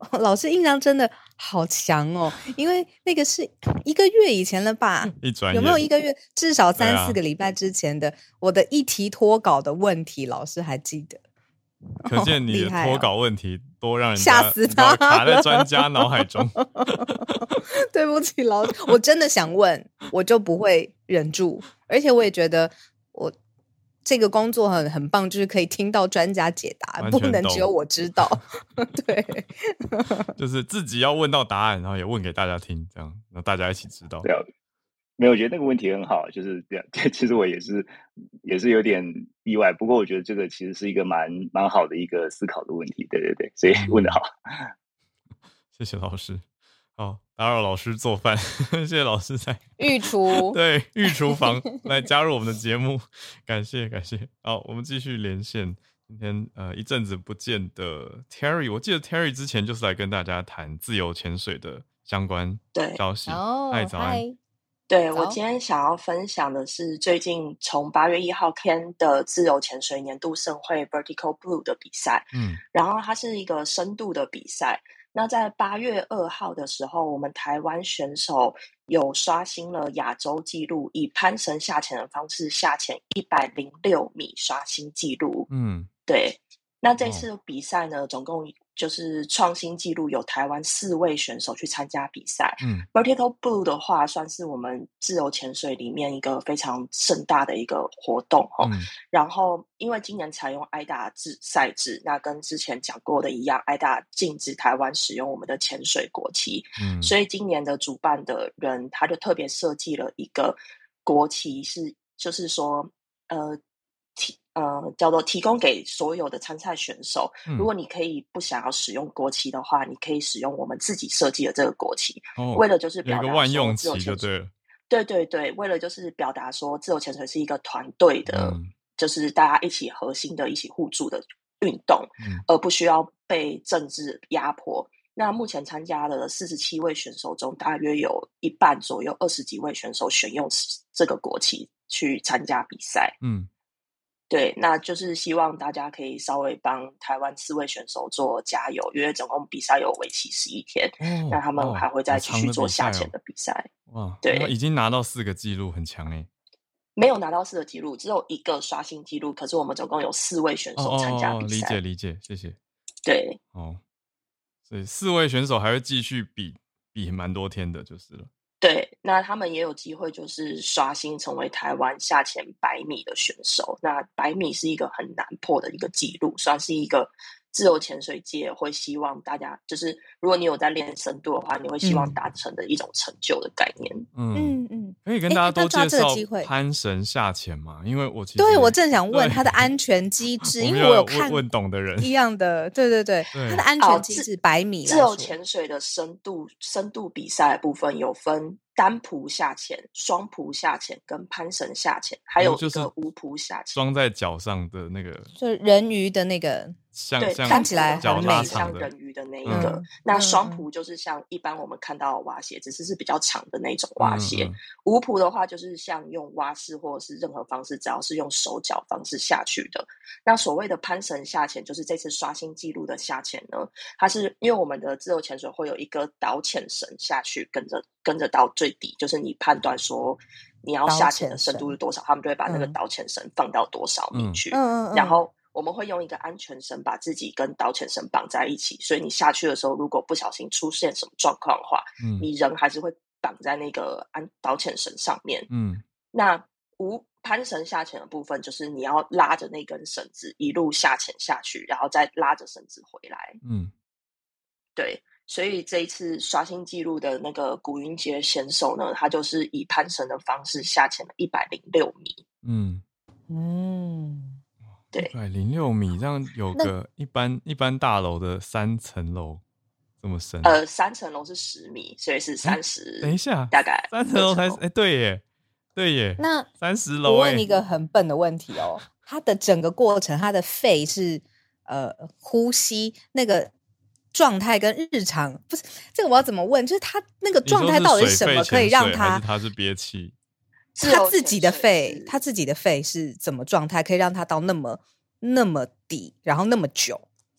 老师印象真的好强哦，因为那个是一个月以前了吧？ 一转有没有一个月？至少三、啊、四个礼拜之前的我的一题脱稿的问题，老师还记得。 可见你的脱稿问题多让人吓、哦、死他了， 卡在专家脑海中。 对不起，老师，我真的想问，我就不会忍住，而且我也觉得我。这个工作很很棒，就是可以听到专家解答，不能只有我知道。对， 就是自己要问到答案，然后也问给大家听，这样，然后大家一起知道。 对啊，没有，我觉得那个问题很好，就是这样。其实我也是也是有点意外，不过我觉得这个其实是一个蛮蛮好的一个思考的问题。对对对，所以问得好。 谢谢老师。好，打扰老师做饭，谢谢老师在御厨对御厨房来加入我们的节目，感谢感谢。好，我们继续连线。今天呃一阵子不见的 Terry， 我记得 Terry 之前就是来跟大家谈自由潜水的相关消息。嗨，早安。 对，我今天想要分享的是最近从八月一号开的自由潜水年度盛会 Vertical Blue 的比赛。嗯，然后它是一个深度的比赛。那在八月二号的时候，我们台湾选手有刷新了亚洲纪录，以攀绳下潜的方式下潜一百零六米，刷新纪录。嗯，对。那这次比赛呢，总共就是创新纪录，有台湾四位选手去参加比赛。嗯 ，Vertical Blue 的话，算是我们自由潜水里面一个非常盛大的一个活动哦。嗯、然后，因为今年采用 I D A 制赛制，那跟之前讲过的一样 ，I D A 禁止台湾使用我们的潜水国旗。嗯，所以今年的主办的人他就特别设计了一个国旗是，就是说，呃。提呃叫做提供给所有的参赛选手、嗯、如果你可以不想要使用国旗的话，你可以使用我们自己设计的这个国旗、哦、为了就是表达说有个万用旗就对了， 对对对，为了就是表达说自由潜水是一个团队的、嗯、就是大家一起核心的一起互助的运动、嗯、而不需要被政治压迫。那目前参加的四十七位选手中，大约有一半左右二十几位选手选用这个国旗去参加比赛。嗯，对，那就是希望大家可以稍微帮台湾四位选手做加油，因为总共比赛有为期十一天、哦、那他们还会再继续做下潜的比赛。 哇，对，已经拿到四个纪录，很强耶。 没有拿到四个纪录，只有一个刷新纪录，可是我们总共有四位选手参加比赛。 哦哦哦，理解理解，谢谢。 对， 哦，所以四位选手还会继续比比蛮多天的，就是了。 对，那他们也有机会就是刷新成为台湾下潜百米的选手。那百米是一个很难破的一个纪录，算是一个自由潜水界会希望大家就是如果你有在练深度的话，你会希望达成的一种成就的概念。 嗯嗯，可以跟大家多介绍攀绳下潜吗？因为我其实对我正想问它的安全机制，因为我有看问懂的人一样的，对对对，它的安全机制百米自由潜水的深度深度比赛的部分有分单蹼下潜、双蹼下潜跟攀绳下潜，还有一个无蹼下潜， 装在脚上的那个， 就人鱼的那个， 像对， 看起来很美，像人鱼的那一个。嗯、那双蹼就是像一般我们看到的蛙鞋，只是是比较长的那种蛙鞋。嗯嗯、无蹼的话，就是像用蛙式或者是任何方式，只要是用手脚方式下去的。那所谓的攀绳下潜，就是这次刷新纪录的下潜呢，它是因为我们的自由潜水会有一个导潜绳下去，跟着跟着到最底，就是你判断说你要下潜的深度是多少，他们就会把那个导潜绳放到多少米去，嗯嗯、然后我们会用一个安全绳把自己跟导潜绳绑在一起，所以你下去的时候如果不小心出现什么状况的话、嗯、你人还是会绑在那个安导潜绳上面。嗯，那无攀绳下潜的部分就是你要拉着那根绳子一路下潜下去，然后再拉着绳子回来。嗯，对，所以这一次刷新纪录的那个古云杰选手呢，他就是以攀绳的方式下潜了一百零六米。嗯嗯，对，一百零六米，这样有个一般一般大楼的三层楼这么深。 呃，三层楼是十米，所以是三十。 等一下， 大概三层楼才哎，对耶，对耶。 那三十楼， 我问一个很笨的问题哦，它的整个过程，它的肺是呃呼吸那个状态跟日常不是这个我要怎么问？就是他那个状态到底是什么可以让他？ 他是憋气， 他自己的肺，他自己的肺是怎么状态可以让他到那么那么低，然后那么久？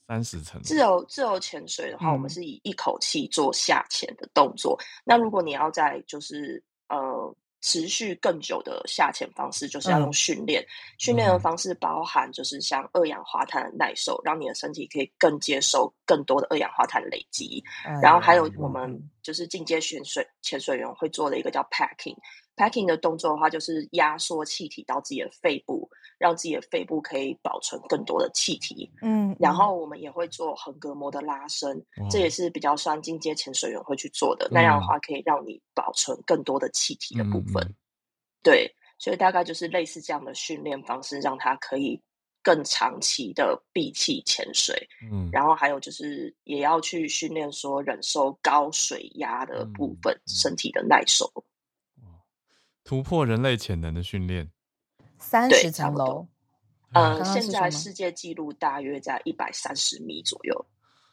三十层。 自由自由潜水的话，嗯、我们是以一口气做下潜的动作。那如果你要在就是呃持续更久的下潜方式，就是要用训练。嗯、训练的方式包含就是像二氧化碳的耐受，让你的身体可以更接受更多的二氧化碳累积。哎、然后还有我们就是进阶潜水潜水员会做的一个叫 packing。packing 的动作的话，就是压缩气体到自己的肺部，让自己的肺部可以保存更多的气体。嗯，然后我们也会做横膈膜的拉伸，这也是比较算进阶潜水员会去做的。那样的话，可以让你保存更多的气体的部分。嗯、对，所以大概就是类似这样的训练方式，让它可以更长期的闭气潜水。嗯，然后还有就是也要去训练说忍受高水压的部分，嗯、身体的耐受。 突破人类潜能的训练， 三十层楼。 呃，现在世界纪录大约在一百三十米左右。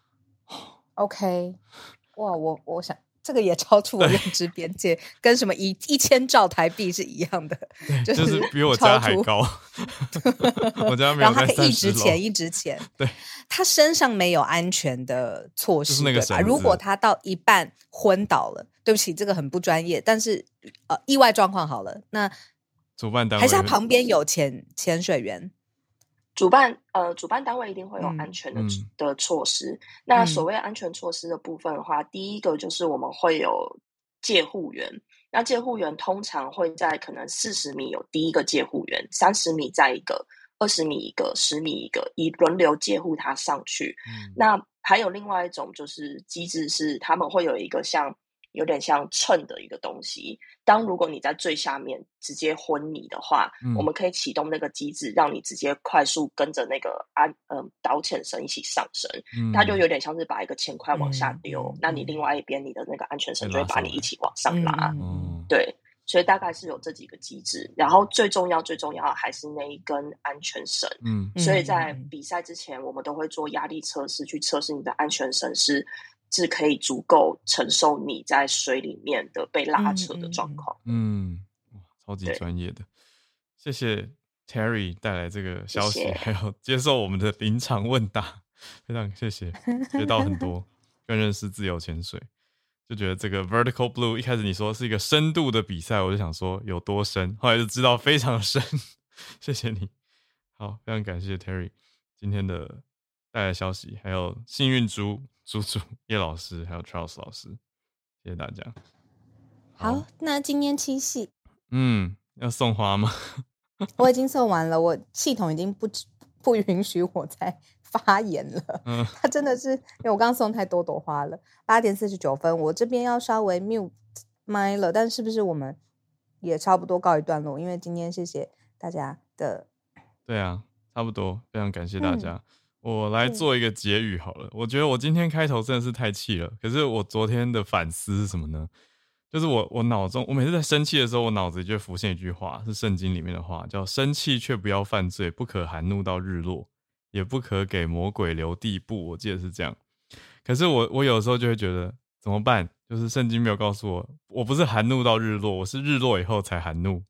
OK， 哇，我我想这个也超出我认知边界，跟什么一一千兆台币是一样的， 就是、就是比我家还高。我家没有在三十楼，然后他可以一直潜，一直潜。 对， 他身上没有安全的措施， 就是那个绳子。 如果他到一半昏倒了，对不起，这个很不专业，但是呃，意外状况好了，那主办单位还是他旁边有潜潜水员。 主办呃，主办单位一定会有安全的、嗯、的措施。那所谓安全措施的部分的话，嗯、第一个就是我们会有戒护员。那戒护员通常会在可能四十米有第一个戒护员，三十米再一个，二十米一个，十米一个，以轮流戒护他上去。嗯、那还有另外一种就是机制是，他们会有一个像有点像秤的一个东西。当如果你在最下面直接昏迷的话，嗯、我们可以启动那个机制，让你直接快速跟着那个安呃导潜绳一起上升。嗯、它就有点像是把一个铅块往下丢，嗯、那你另外一边你的那个安全绳就会把你一起往上拉。嗯、对，所以大概是有这几个机制。然后最重要最重要的还是那一根安全绳。嗯，所以在比赛之前，我们都会做压力测试，去测试你的安全绳是。是可以足够承受你在水里面的被拉扯的状况。 嗯，嗯超级专业的，谢谢 Terry 带来这个消息，谢谢还有接受我们的临场问答，非常谢谢，学到很多，更认识自由潜水。就觉得这个 Vertical Blue 一开始你说是一个深度的比赛，我就想说有多深，后来就知道非常深。谢谢你，好，非常感谢 Terry 今天的带来消息，还有幸运猪。猪猪叶老师还有 Charles 老师，谢谢大家。 好，好那今天七夕， 嗯，要送花吗？ 我已经送完了，我系统已经不不允许我再发言了。嗯，他真的是因为我刚刚送太多朵花了。八点四十九分，我这边要稍微 mute 麦了，但是不是我们也差不多告一段落？因为今天谢谢大家的。 对啊，差不多，非常感谢大家。嗯我来做一个结语好了，我觉得我今天开头真的是太气了，可是我昨天的反思是什么呢？就是我我脑中，我每次在生气的时候，我脑子里就会浮现一句话，是圣经里面的话，叫生气却不要犯罪，不可含怒到日落，也不可给魔鬼留地步，我记得是这样。可是我我有时候就会觉得怎么办？就是圣经没有告诉我，我不是含怒到日落，我是日落以后才含怒。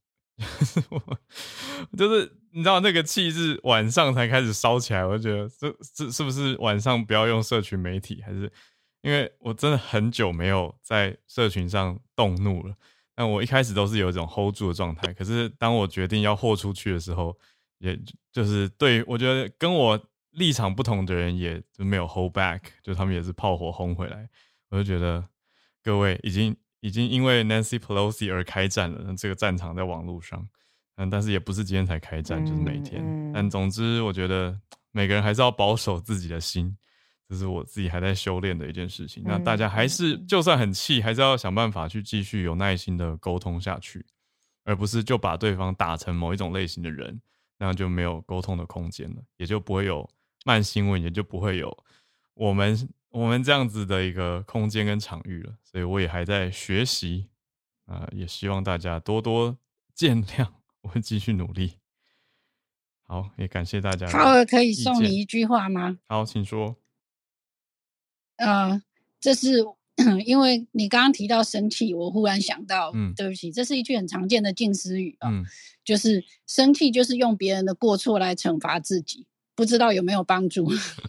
就是你知道那个气是晚上才开始烧起来，我就觉得这这是不是晚上不要用社群媒体，还是因为我真的很久没有在社群上动怒了。但我一开始都是有一种 hold 住的状态，可是当我决定要豁出去的时候，也就是对我觉得跟我立场不同的人也就没有 hold back， 就他们也是炮火轰回来。我就觉得各位已经已经因为 Nancy Pelosi 而开战了，这个战场在网络上，嗯，但是也不是今天才开战，就是每天。嗯嗯、但总之，我觉得每个人还是要保守自己的心，这是我自己还在修炼的一件事情。嗯、那大家还是就算很气，还是要想办法去继续有耐心的沟通下去，而不是就把对方打成某一种类型的人，那样就没有沟通的空间了，也就不会有慢新闻，也就不会有我们。我们这样子的一个空间跟场域了，所以我也还在学习，呃，也希望大家多多见谅，我会继续努力。好，也感谢大家。 好，可以送你一句话吗？ 好，请说。 呃，这是因为你刚刚提到生气，我忽然想到，嗯，对不起，这是一句很常见的近似语啊、哦嗯，就是生气就是用别人的过错来惩罚自己，不知道有没有帮助？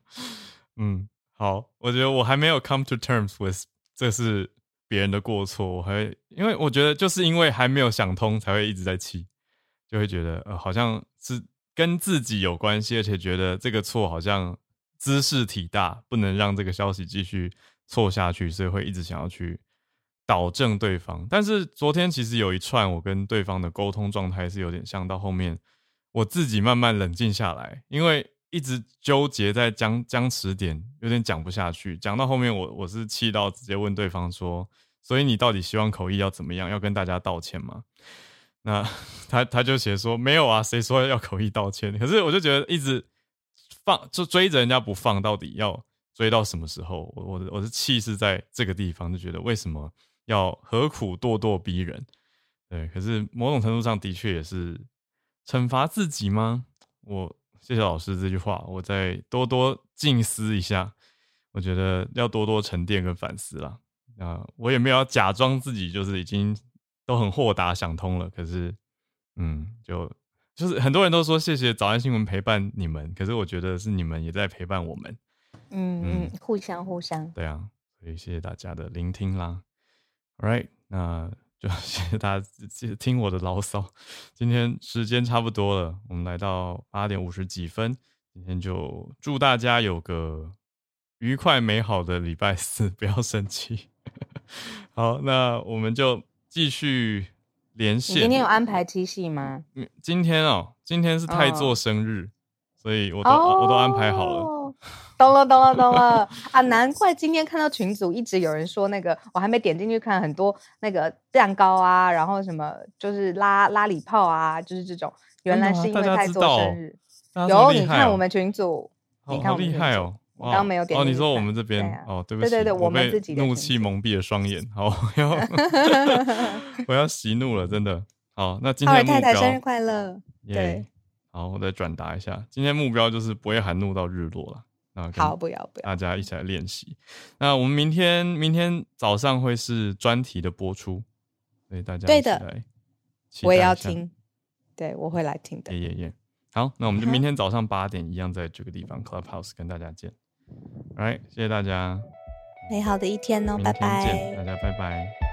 嗯，好，我觉得我还没有 come to terms with 这是别人的过错，我还因为我觉得就是因为还没有想通，才会一直在气，就会觉得呃好像是跟自己有关系，而且觉得这个错好像茲事体大，不能让这个消息继续错下去，所以会一直想要去导正对方。但是昨天其实有一串我跟对方的沟通状态是有点像，到后面我自己慢慢冷静下来，因为一直纠结在僵僵持点，有点讲不下去。讲到后面我我是气到直接问对方说，所以你到底希望口译要怎么样？要跟大家道歉吗？那他他就写说没有啊，谁说要口译道歉？可是我就觉得一直放就追着人家不放，到底要追到什么时候？我我我的气是在这个地方，就觉得为什么要何苦咄咄逼人？对，可是某种程度上的确也是惩罚自己吗？我谢谢老师这句话，我再多多静思一下。我觉得要多多沉淀跟反思啦。啊，我也没有要假装自己就是已经都很豁达想通了，可是，嗯，就就是很多人都说谢谢早安新闻陪伴你们，可是我觉得是你们也在陪伴我们。 嗯嗯，互相互相。 对啊，所以谢谢大家的聆听啦。All right， 那就谢谢大家听我的牢骚。今天时间差不多了，我们来到八点五十几分，今天就祝大家有个愉快美好的礼拜四，不要生气。好，那我们就继续连线。 你今天有安排七夕吗？ 今天哦，今天是太座生日，哦、所以我都、哦、我都安排好了。 懂了，懂了，懂了啊！难怪今天看到群组一直有人说那个，我还没点进去看，很多那个蛋糕啊，然后什么就是拉拉礼炮啊，就是这种，原来是因为太座生日。 哦、 有，你看我们群组， 哦、 你看我们群组，好厉害哦！ 刚刚没有点哦，你说我们这边、啊、哦，对不起， 对对对， 我们自己怒气蒙蔽了双眼，好，我要我要息怒了，真的。好，那今天的目标， 太太生日快乐， yeah, 对， 好，我再转达一下，今天目标就是不会含怒到日落了。那好，不要不要， 大家一起来练习。那我们明天明天早上会是专题的播出，所以大家一起来， 对的，我也要听，对，我会来听的。 耶耶耶！好，那我们就明天早上八点一样在这个地方 Clubhouse 跟大家见。Alright， 谢谢大家， 美好的一天哦，拜拜， 大家拜拜。